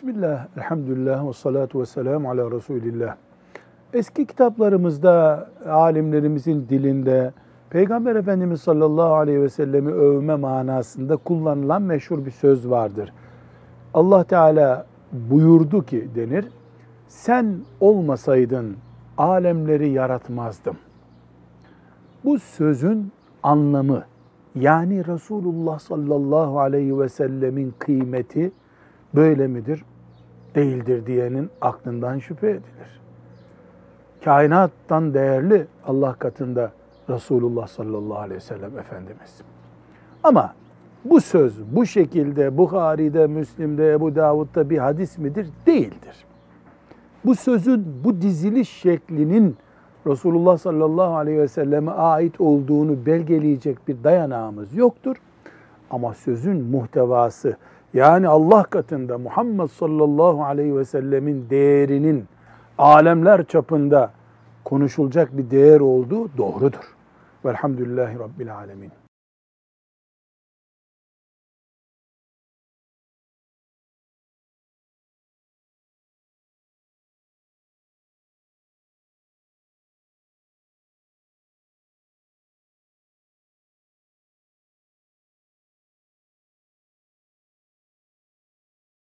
Bismillah, elhamdülillah ve salatu ve selamu ala Resulillah. Eski kitaplarımızda, alimlerimizin dilinde, Peygamber Efendimiz sallallahu aleyhi ve sellemi övme manasında kullanılan meşhur bir söz vardır. Allah Teala buyurdu ki denir, sen olmasaydın alemleri yaratmazdım. Bu sözün anlamı, yani Resulullah sallallahu aleyhi ve sellemin kıymeti böyle midir, değildir diyenin aklından şüphe edilir. Kainattan değerli Allah katında Resulullah sallallahu aleyhi ve sellem Efendimiz. Ama bu söz bu şekilde Buhari'de, Müslim'de, Ebu Davud'da bir hadis midir? Değildir. Bu sözün bu diziliş şeklinin Resulullah sallallahu aleyhi ve selleme ait olduğunu belgeleyecek bir dayanağımız yoktur. Ama sözün muhtevası, yani Allah katında Muhammed sallallahu aleyhi ve sellemin değerinin alemler çapında konuşulacak bir değer olduğu doğrudur. Velhamdülillahi Rabbil alemin.